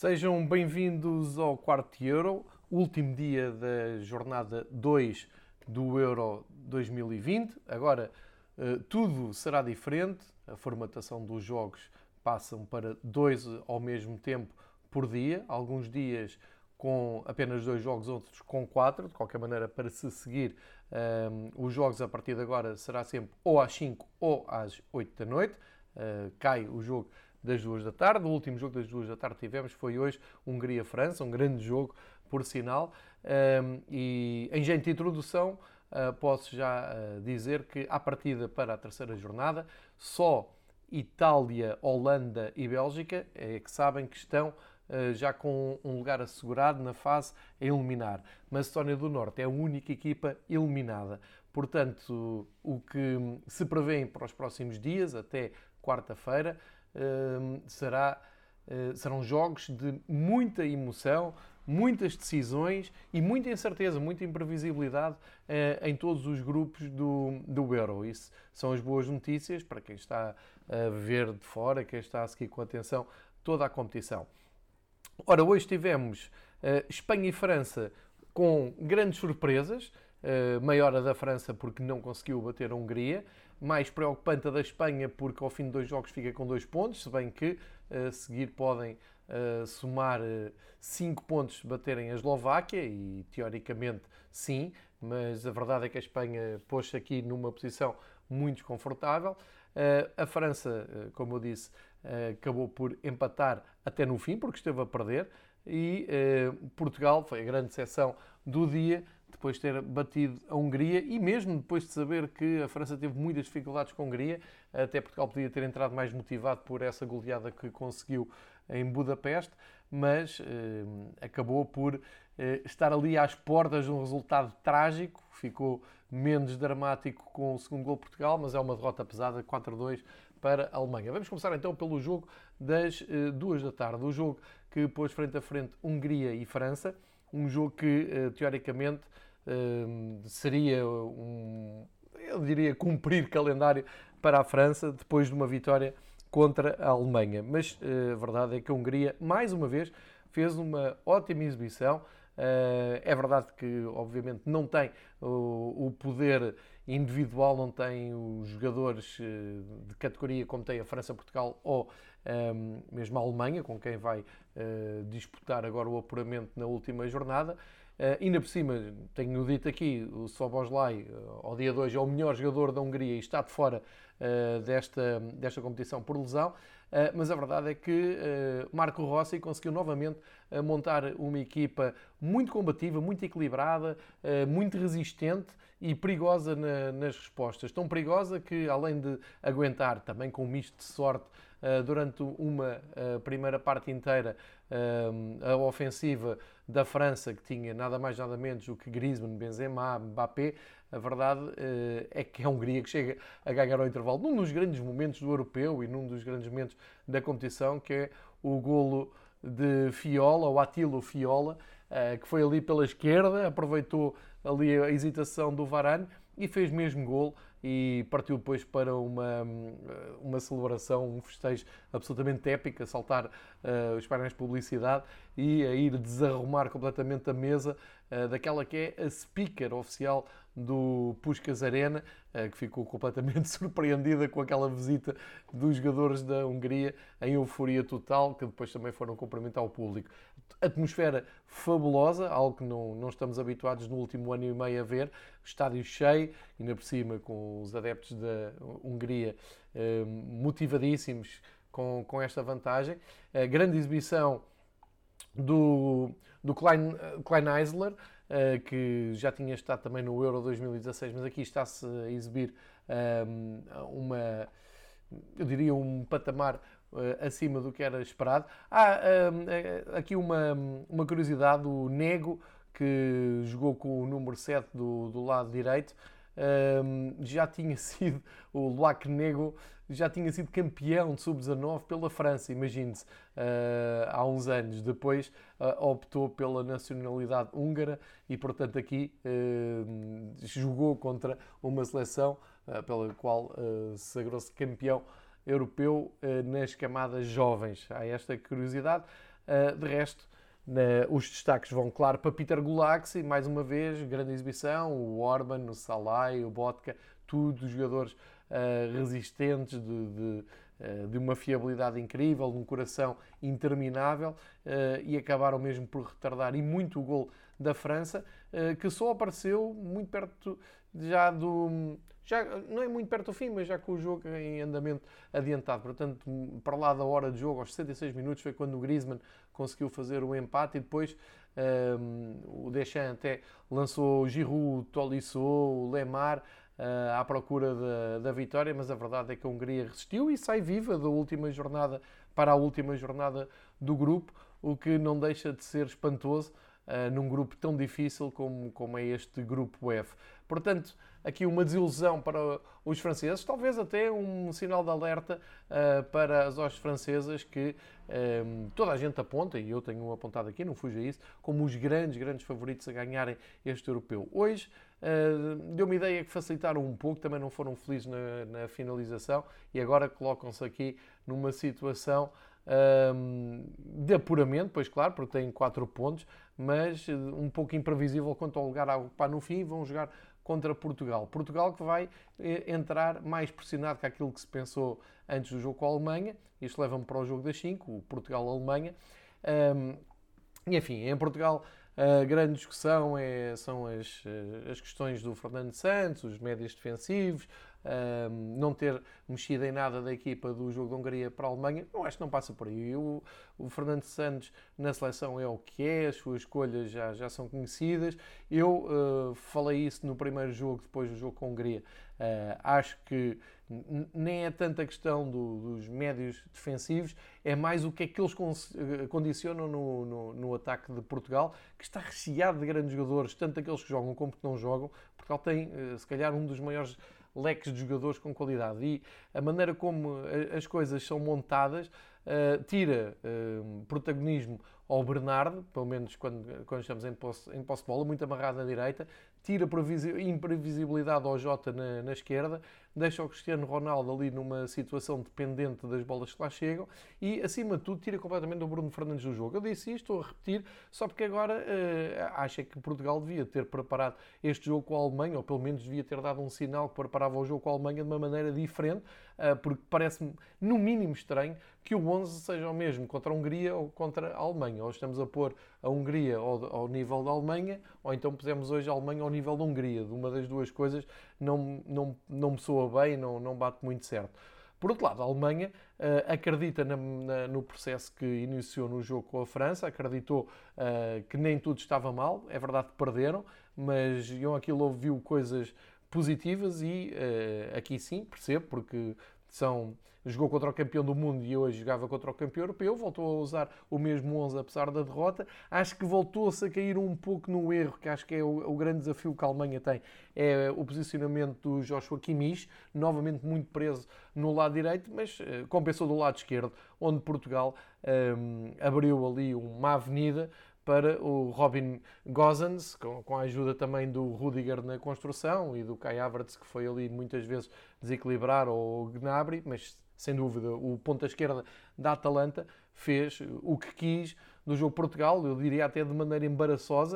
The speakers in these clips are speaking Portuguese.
Sejam bem-vindos ao quarto Euro, último dia da jornada 2 do Euro 2020. Agora tudo será diferente, a formatação dos jogos passam para dois ao mesmo tempo por dia, alguns dias com apenas dois jogos, outros com quatro. De qualquer maneira, para se seguir os jogos a partir de agora será sempre ou às 5 ou às 8 da noite. Cai o jogo das 2 da tarde. O último jogo das 2 da tarde que tivemos foi hoje Hungria-França, um grande jogo, por sinal. E em jeito de introdução, posso já dizer que, à partida para a terceira jornada, só Itália, Holanda e Bélgica é que sabem que estão já com um lugar assegurado na fase a eliminar. Macedónia do Norte é a única equipa eliminada. Portanto, o que se prevê para os próximos dias, até quarta-feira, serão jogos de muita emoção, muitas decisões e muita incerteza, muita imprevisibilidade em todos os grupos do Euro. Isso são as boas notícias para quem está a ver de fora, quem está a seguir com atenção toda a competição. Ora, hoje tivemos Espanha e França com grandes surpresas. Maior a da França porque não conseguiu bater a Hungria. Mais preocupante a da Espanha porque ao fim de dois jogos fica com 2 pontos, se bem que a seguir podem somar 5 pontos se baterem a Eslováquia, e teoricamente sim, mas a verdade é que a Espanha pôs-se aqui numa posição muito desconfortável. A França, como eu disse, acabou por empatar até no fim, porque esteve a perder, e Portugal foi a grande decepção do dia, depois de ter batido a Hungria, e mesmo depois de saber que a França teve muitas dificuldades com a Hungria, até Portugal podia ter entrado mais motivado por essa goleada que conseguiu em Budapeste, mas acabou por estar ali às portas de um resultado trágico. Ficou menos dramático com o segundo gol de Portugal, mas é uma derrota pesada, 4-2 para a Alemanha. Vamos começar então pelo jogo das 2 da tarde, o jogo que pôs frente a frente Hungria e França, um jogo que teoricamente seria eu diria, cumprir calendário para a França depois de uma vitória contra a Alemanha. Mas a verdade é que a Hungria, mais uma vez, fez uma ótima exibição. É verdade que, obviamente, não tem o poder individual, não tem os jogadores de categoria como tem a França, Portugal ou mesmo a Alemanha, com quem vai disputar agora o apuramento na última jornada. Ainda por cima, tenho dito aqui, o Szoboszlai, ao dia 2, é o melhor jogador da Hungria e está de fora desta competição por lesão. Mas a verdade é que Marco Rossi conseguiu novamente montar uma equipa muito combativa, muito equilibrada, muito resistente e perigosa nas respostas. Tão perigosa que, além de aguentar também com um misto de sorte durante uma primeira parte inteira a ofensiva da França, que tinha nada mais nada menos do que Griezmann, Benzema, Mbappé, a verdade é que é a Hungria que chega a ganhar ao intervalo num dos grandes momentos do europeu e num dos grandes momentos da competição, que é o golo de Fiola, o Attilo Fiola, que foi ali pela esquerda, aproveitou ali a hesitação do Varane e fez mesmo golo, e partiu depois para uma celebração, um festejo absolutamente épico, a saltar os painéis de publicidade e a ir desarrumar completamente a mesa daquela que é a speaker oficial do Puskás Arena, que ficou completamente surpreendida com aquela visita dos jogadores da Hungria, em euforia total, que depois também foram cumprimentar o público. Atmosfera fabulosa, algo que não estamos habituados no último ano e meio a ver, estádio cheio, ainda por cima com os adeptos da Hungria motivadíssimos com esta vantagem. A grande exibição do Klein Eisler, que já tinha estado também no Euro 2016, mas aqui está-se a exibir eu diria um patamar acima do que era esperado. Aqui uma curiosidade, o Nego, que jogou com o número 7 do lado direito, já tinha sido, o Luak Nego já tinha sido campeão de sub-19 pela França, imagine-se, há uns anos. Depois optou pela nacionalidade húngara e, portanto, aqui jogou contra uma seleção pela qual sagrou-se campeão europeu nas camadas jovens. Há esta curiosidade. De resto, os destaques vão, claro, para Peter Gulaxi, mais uma vez, grande exibição, o Orban, o Salai, o Botka, todos jogadores resistentes de uma fiabilidade incrível, de um coração interminável, e acabaram mesmo por retardar e muito o gol da França, que só apareceu muito perto já do... Já, não é muito perto do fim, mas já com o jogo em andamento adiantado. Portanto, para lá da hora de jogo, aos 66 minutos, foi quando o Griezmann conseguiu fazer o empate e depois o Deschamps até lançou o Giroud, o Tolisso, o Lemar à procura da vitória, mas a verdade é que a Hungria resistiu e sai viva da última jornada para a última jornada do grupo, o que não deixa de ser espantoso num grupo tão difícil como é este grupo F. Portanto, aqui uma desilusão para os franceses, talvez até um sinal de alerta para as hostes francesas que toda a gente aponta, e eu tenho apontado aqui, não fuja isso, como os grandes favoritos a ganharem este europeu. Hoje deu-me ideia que facilitaram um pouco, também não foram felizes na finalização e agora colocam-se aqui numa situação de apuramento, pois claro, porque têm 4 pontos, mas um pouco imprevisível quanto ao lugar a ocupar no fim. Vão jogar contra Portugal. Portugal que vai entrar mais pressionado que aquilo que se pensou antes do jogo com a Alemanha. Isto leva-me para o jogo das 5, o Portugal-Alemanha. E enfim, em Portugal a grande discussão são as questões do Fernando Santos, os médios defensivos, não ter mexido em nada da equipa do jogo da Hungria para a Alemanha. Eu acho que não passa por aí. O Fernando Santos na seleção é o que é, as suas escolhas já são conhecidas. Eu falei isso no primeiro jogo, depois do jogo com a Hungria. Acho que nem é tanta questão dos médios defensivos, é mais o que é que eles condicionam no ataque de Portugal, que está recheado de grandes jogadores, tanto aqueles que jogam como que não jogam. Portugal tem, se calhar, um dos maiores leques de jogadores com qualidade, e a maneira como as coisas são montadas tira protagonismo ao Bernardo, pelo menos quando estamos em posse de bola, muito amarrado na direita, tira imprevisibilidade ao Jota na esquerda, deixa o Cristiano Ronaldo ali numa situação dependente das bolas que lá chegam e, acima de tudo, tira completamente o Bruno Fernandes do jogo. Eu disse isto, estou a repetir, só porque agora acho que Portugal devia ter preparado este jogo com a Alemanha, ou pelo menos devia ter dado um sinal que preparava o jogo com a Alemanha de uma maneira diferente, porque parece-me, no mínimo, estranho que o 11 seja o mesmo contra a Hungria ou contra a Alemanha. Ou estamos a pôr a Hungria ao nível da Alemanha, ou então pusemos hoje a Alemanha ao nível da Hungria. De uma das duas coisas não me soa bem, não bate muito certo. Por outro lado, a Alemanha acredita no processo que iniciou no jogo com a França, acreditou que nem tudo estava mal. É verdade que perderam, mas eu aqui ouviu coisas positivas e aqui sim, percebo, porque jogou contra o campeão do mundo e hoje jogava contra o campeão europeu, voltou a usar o mesmo 11 apesar da derrota. Acho que voltou-se a cair um pouco no erro, que acho que é o grande desafio que a Alemanha tem, é o posicionamento do Joshua Kimmich, novamente muito preso no lado direito, mas compensou do lado esquerdo, onde Portugal abriu ali uma avenida para o Robin Gosens, com a ajuda também do Rudiger na construção e do Kai Havertz, que foi ali muitas vezes desequilibrar, ou o Gnabry, mas sem dúvida o ponta esquerda da Atalanta fez o que quis do jogo Portugal, eu diria até de maneira embaraçosa,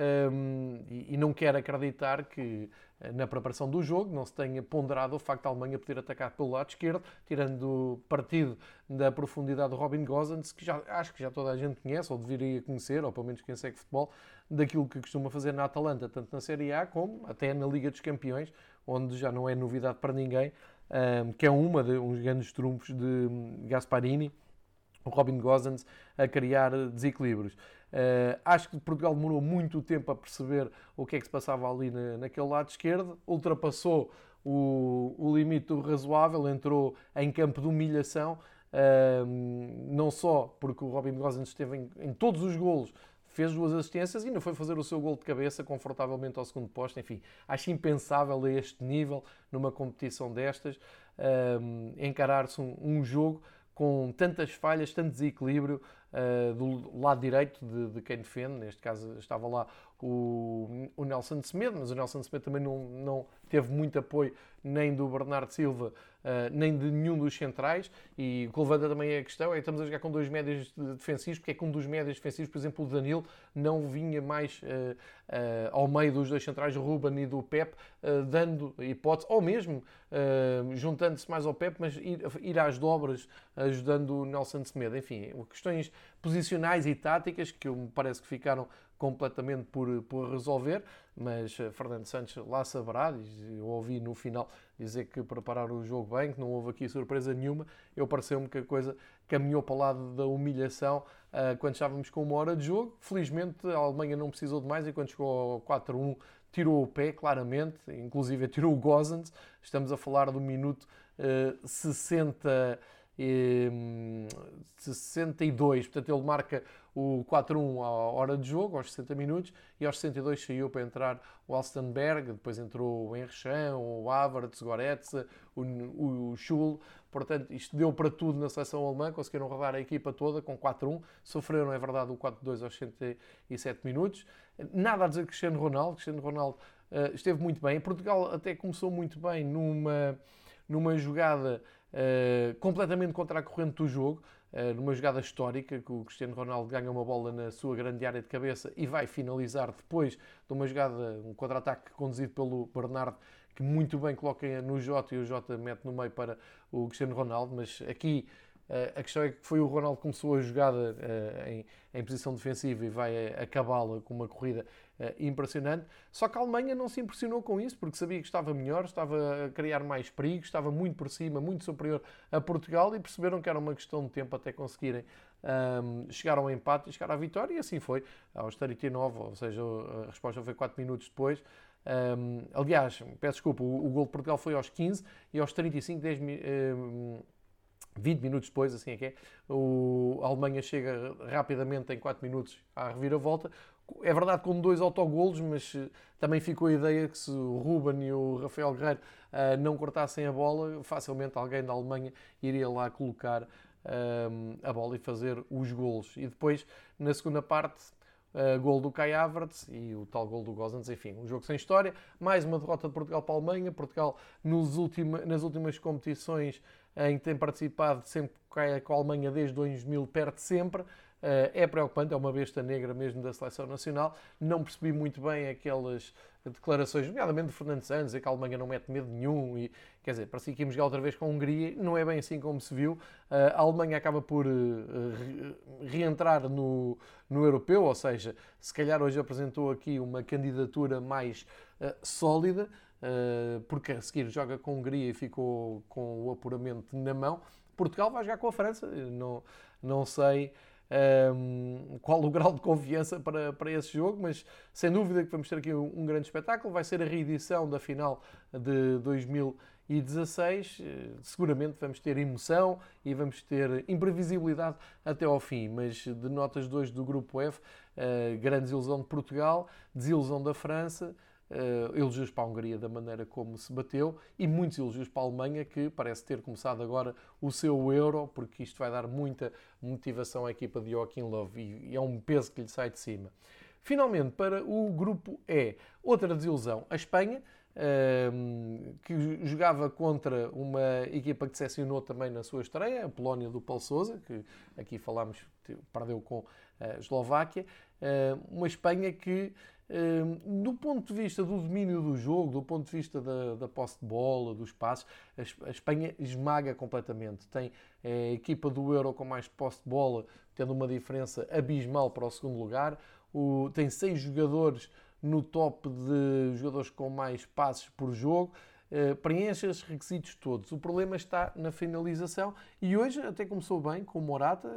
e não quero acreditar que na preparação do jogo não se tenha ponderado o facto da Alemanha poder atacar pelo lado esquerdo, tirando partido da profundidade do Robin Gosens, que acho que já toda a gente conhece, ou deveria conhecer, ou pelo menos quem segue futebol, daquilo que costuma fazer na Atalanta, tanto na Série A como até na Liga dos Campeões, onde já não é novidade para ninguém, que é uns grandes trunfos de Gasparini, o Robin Gosens, a criar desequilíbrios. Acho que Portugal demorou muito tempo a perceber o que é que se passava ali naquele lado esquerdo, ultrapassou o limite do razoável, entrou em campo de humilhação, não só porque o Robin Gosens esteve em todos os golos, fez 2 assistências e ainda foi fazer o seu gol de cabeça confortavelmente ao segundo posto. Enfim, acho impensável a este nível, numa competição destas, encarar-se um jogo com tantas falhas, tanto desequilíbrio do lado direito de quem defende. Neste caso estava lá o Nelson Semedo, mas o Nelson Semedo também não teve muito apoio nem do Bernardo Silva nem de nenhum dos centrais, e o que levanta também a questão é que estamos a jogar com dois médios defensivos, porque é que um dos médios defensivos, por exemplo, o Danilo, não vinha mais ao meio dos dois centrais, o Ruben e do Pep, dando hipótese, ou mesmo juntando-se mais ao Pep, mas ir às dobras, ajudando o Nelson Semedo. Enfim, questões posicionais e táticas que me parece que ficaram completamente por resolver, mas Fernando Santos lá saberá, eu ouvi no final dizer que prepararam o jogo bem, que não houve aqui surpresa nenhuma. Eu pareceu-me que a coisa caminhou para o lado da humilhação quando estávamos com uma hora de jogo. Felizmente a Alemanha não precisou de mais e quando chegou ao 4-1 tirou o pé, claramente, inclusive tirou o Gosens. Estamos a falar do minuto 62, portanto ele marca o 4-1 à hora de jogo, aos 60 minutos, e aos 62 saiu para entrar o Alstenberg, depois entrou o Henrichan, o Havertz, o Goretzka, o Schul. Portanto, isto deu para tudo na seleção alemã, conseguiram rodar a equipa toda com 4-1, sofreram, é verdade, o 4-2 aos 67 minutos. Nada a dizer de Cristiano Ronaldo esteve muito bem. Portugal até começou muito bem numa jogada completamente contra a corrente do jogo, numa jogada histórica, que o Cristiano Ronaldo ganha uma bola na sua grande área de cabeça e vai finalizar depois de uma jogada, um contra-ataque conduzido pelo Bernardo, que muito bem coloca no Jota e o Jota mete no meio para o Cristiano Ronaldo, mas aqui a questão é que foi o Ronaldo que começou a jogada em posição defensiva e vai acabá-la com uma corrida impressionante. Só que a Alemanha não se impressionou com isso, porque sabia que estava melhor, estava a criar mais perigo, estava muito por cima, muito superior a Portugal, e perceberam que era uma questão de tempo até conseguirem chegar ao empate e chegar à vitória, e assim foi, aos 39, ou seja, a resposta foi 4 minutos depois. Aliás, peço desculpa, o gol de Portugal foi aos 15 e aos 35, 20 minutos depois, assim é que é, a Alemanha chega rapidamente em 4 minutos à reviravolta. É verdade com 2 autogolos, mas também ficou a ideia que se o Ruben e o Rafael Guerreiro não cortassem a bola, facilmente alguém da Alemanha iria lá colocar a bola e fazer os golos. E depois, na segunda parte, gol do Kai Havertz e o tal gol do Gosens. Enfim, um jogo sem história. Mais uma derrota de Portugal para a Alemanha. Portugal, nas últimas competições em que tem participado, sempre que com a Alemanha desde 2000, perde sempre. É preocupante, é uma besta negra mesmo da seleção nacional. Não percebi muito bem aquelas declarações, nomeadamente de Fernando Santos, dizer que a Alemanha não mete medo nenhum, e quer dizer, parecia que íamos jogar outra vez com a Hungria. Não é bem assim como se viu. A Alemanha acaba por reentrar no europeu, ou seja, se calhar hoje apresentou aqui uma candidatura mais sólida, porque a seguir joga com a Hungria e ficou com o apuramento na mão. Portugal vai jogar com a França, não sei qual o grau de confiança para esse jogo, mas sem dúvida que vamos ter aqui um grande espetáculo. Vai ser a reedição da final de 2016. Seguramente vamos ter emoção e vamos ter imprevisibilidade até ao fim, mas de notas 2 do grupo F, grande desilusão de Portugal, desilusão da França, elogios para a Hungria da maneira como se bateu e muitos elogios para a Alemanha, que parece ter começado agora o seu Euro, porque isto vai dar muita motivação à equipa de Joachim Löw e é um peso que lhe sai de cima. Finalmente, para o grupo E, outra desilusão, a Espanha, que jogava contra uma equipa que decepcionou também na sua estreia, a Polónia do Paulo Sousa, que aqui falámos, perdeu com a Eslováquia. Uma Espanha que, do ponto de vista do domínio do jogo, do ponto de vista da posse de bola, dos passos, a Espanha esmaga completamente. Tem a equipa do Euro com mais posse de bola, tendo uma diferença abismal para o segundo lugar. Tem 6 jogadores no top de jogadores com mais passes por jogo. Preenche esses requisitos todos. O problema está na finalização e hoje até começou bem com o Morata.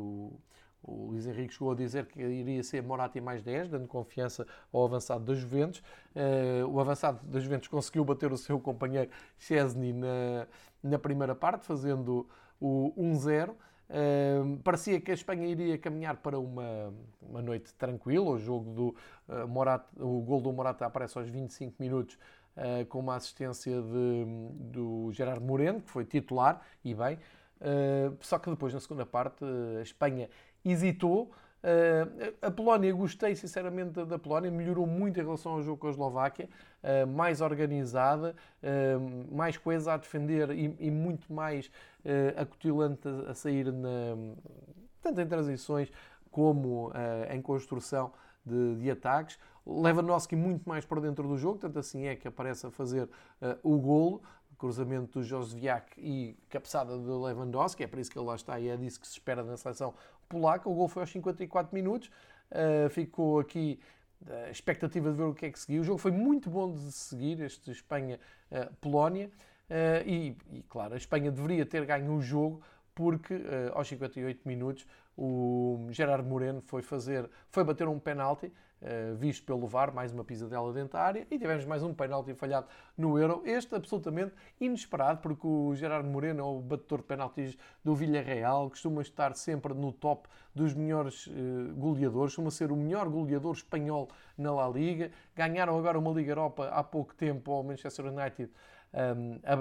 O Luís Henrique chegou a dizer que iria ser Morata e mais 10, dando confiança ao avançado da Juventus. O avançado da Juventus conseguiu bater o seu companheiro Szczesny na primeira parte, fazendo o 1-0. Parecia que a Espanha iria caminhar para uma noite tranquila. O jogo do Morata, o gol do Morata aparece aos 25 minutos com uma assistência do Gerard Moreno, que foi titular, e bem. Só que depois, na segunda parte, a Espanha hesitou, A Polónia, gostei sinceramente da Polónia, melhorou muito em relação ao jogo com a Eslováquia, mais organizada, mais coesa a defender e muito mais acutilante a sair tanto em transições como em construção de ataques. Lewandowski muito mais por dentro do jogo, tanto assim é que aparece a fazer o golo, cruzamento do Józwiak e cabeçada de Lewandowski, é por isso que ele lá está e é disso que se espera na seleção polaca. O golo foi aos 54 minutos, ficou aqui a expectativa de ver o que é que seguiu. O jogo foi muito bom de seguir, este Espanha-Polónia, e claro, a Espanha deveria ter ganho o jogo, porque aos 58 minutos o Gerard Moreno foi bater um penalti, visto pelo VAR, mais uma pisadela dentro da área, e tivemos mais um penalti falhado no Euro. Este absolutamente inesperado, porque o Gerard Moreno é o batedor de penaltis do Villarreal, costuma estar sempre no top dos melhores goleadores, costuma ser o melhor goleador espanhol na La Liga. Ganharam agora uma Liga Europa há pouco tempo ao Manchester United a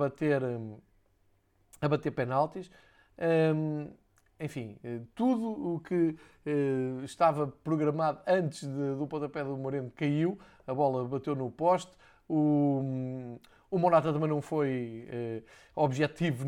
bater penaltis. Enfim, tudo o que estava programado antes do pontapé do Moreno caiu, a bola bateu no poste, o Morata também não foi objetivo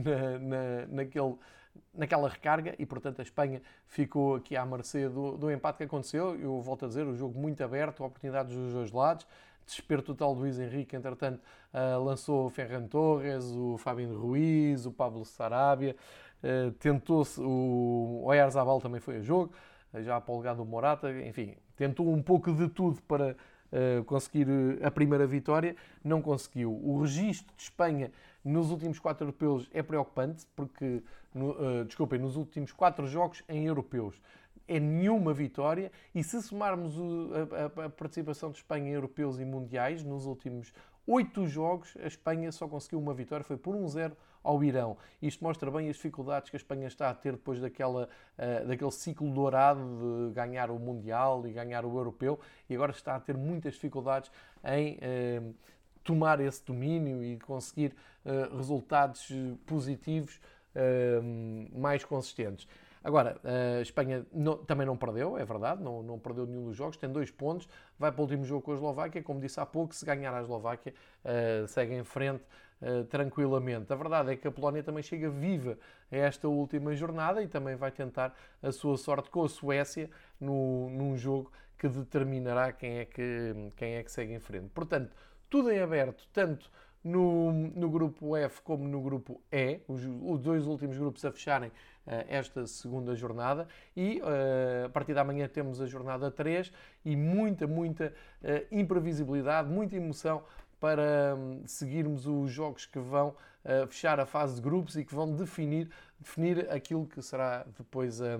naquela recarga e, portanto, a Espanha ficou aqui à mercê do empate que aconteceu. Eu volto a dizer, o jogo muito aberto, oportunidades dos dois lados, desespero total do Luís Henrique, entretanto, lançou o Ferran Torres, o Fabinho Ruiz, o Pablo Sarabia, tentou-se, o Oyarzabal também foi a jogo, já apolgado o Morata, enfim, tentou um pouco de tudo para conseguir a primeira vitória, não conseguiu. O registro de Espanha nos últimos 4 europeus é preocupante, porque, nos últimos 4 jogos em europeus, é nenhuma vitória, e se somarmos a participação de Espanha em europeus e mundiais, nos últimos 8 jogos, a Espanha só conseguiu uma vitória, foi por 1-0 ao Irão. Isto mostra bem as dificuldades que a Espanha está a ter depois daquele ciclo dourado de ganhar o Mundial e ganhar o Europeu, e agora está a ter muitas dificuldades em tomar esse domínio e conseguir resultados positivos mais consistentes. Agora, a Espanha também não perdeu, é verdade, não perdeu nenhum dos jogos, tem 2 pontos, vai para o último jogo com a Eslováquia, como disse há pouco, se ganhar a Eslováquia, segue em frente tranquilamente. A verdade é que a Polónia também chega viva a esta última jornada e também vai tentar a sua sorte com a Suécia num jogo que determinará quem é que segue em frente. Portanto, tudo em aberto, tanto no grupo F como no grupo E, os 2 últimos grupos a fecharem esta segunda jornada, e a partir da manhã temos a jornada 3 e muita imprevisibilidade, muita emoção para seguirmos os jogos que vão fechar a fase de grupos e que vão definir aquilo que será depois a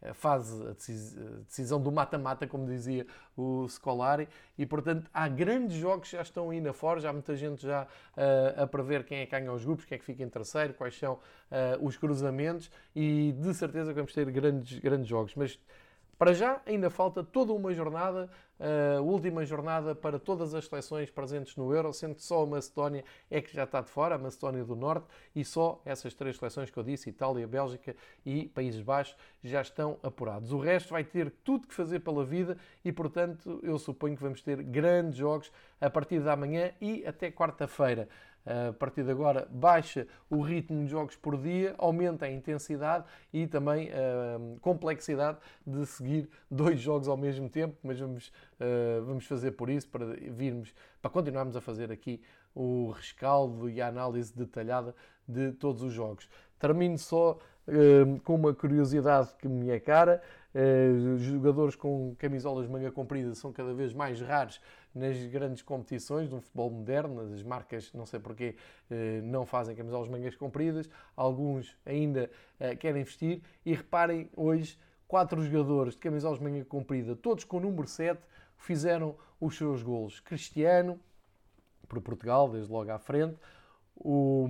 decisão do mata-mata, como dizia o Scolari, e portanto há grandes jogos que já estão aí na forja, há muita gente já a prever quem é que ganha os grupos, quem é que fica em terceiro, quais são os cruzamentos, e de certeza que vamos ter grandes jogos, mas para já ainda falta toda uma jornada, a última jornada para todas as seleções presentes no Euro, sendo que só a Macedónia é que já está de fora, a Macedónia do Norte, e só essas 3 seleções que eu disse, Itália, Bélgica e Países Baixos, já estão apurados. O resto vai ter tudo que fazer pela vida e, portanto, eu suponho que vamos ter grandes jogos a partir da manhã e até quarta-feira. A partir de agora baixa o ritmo de jogos por dia, aumenta a intensidade e também a complexidade de seguir 2 jogos ao mesmo tempo, mas vamos fazer por isso, para continuarmos a fazer aqui o rescaldo e a análise detalhada de todos os jogos. Termino só com uma curiosidade que me é cara. Os jogadores com camisolas de manga comprida são cada vez mais raros nas grandes competições do futebol moderno. As marcas, não sei porquê, não fazem camisolas de mangas compridas. Alguns ainda querem vestir. E reparem, hoje, 4 jogadores de camisolas de manga comprida, todos com o número 7, fizeram os seus golos. Cristiano, por Portugal, desde logo à frente. O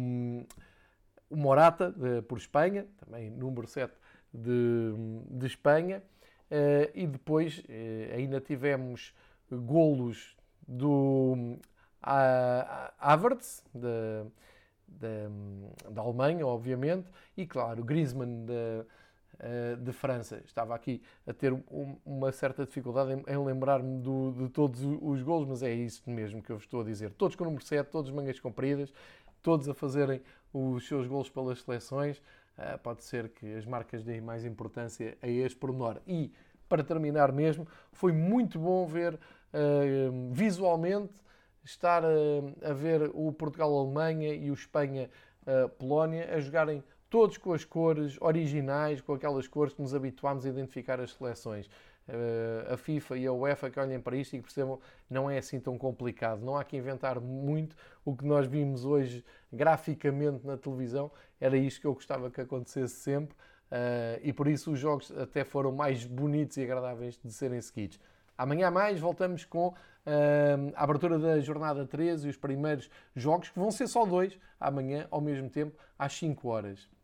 Morata, por Espanha, também número 7 de Espanha. E depois ainda tivemos golos do Havertz, da Alemanha, obviamente, e claro, Griezmann de França. Estava aqui a ter uma certa dificuldade em lembrar-me de todos os golos, mas é isso mesmo que eu vos estou a dizer. Todos com o número 7, todos mangas compridas, todos a fazerem os seus golos pelas seleções. Pode ser que as marcas deem mais importância a este pormenor. E, para terminar mesmo, foi muito bom ver visualmente, estar a ver o Portugal-Alemanha e o Espanha-Polónia a jogarem todos com as cores originais, com aquelas cores que nos habituámos a identificar as seleções. A FIFA e a UEFA que olhem para isto e que percebam não é assim tão complicado. Não há que inventar muito. O que nós vimos hoje graficamente na televisão era isto que eu gostava que acontecesse sempre. E por isso os jogos até foram mais bonitos e agradáveis de serem seguidos. Amanhã mais voltamos com a abertura da jornada 13 e os primeiros jogos, que vão ser só 2, amanhã ao mesmo tempo, às 5 horas.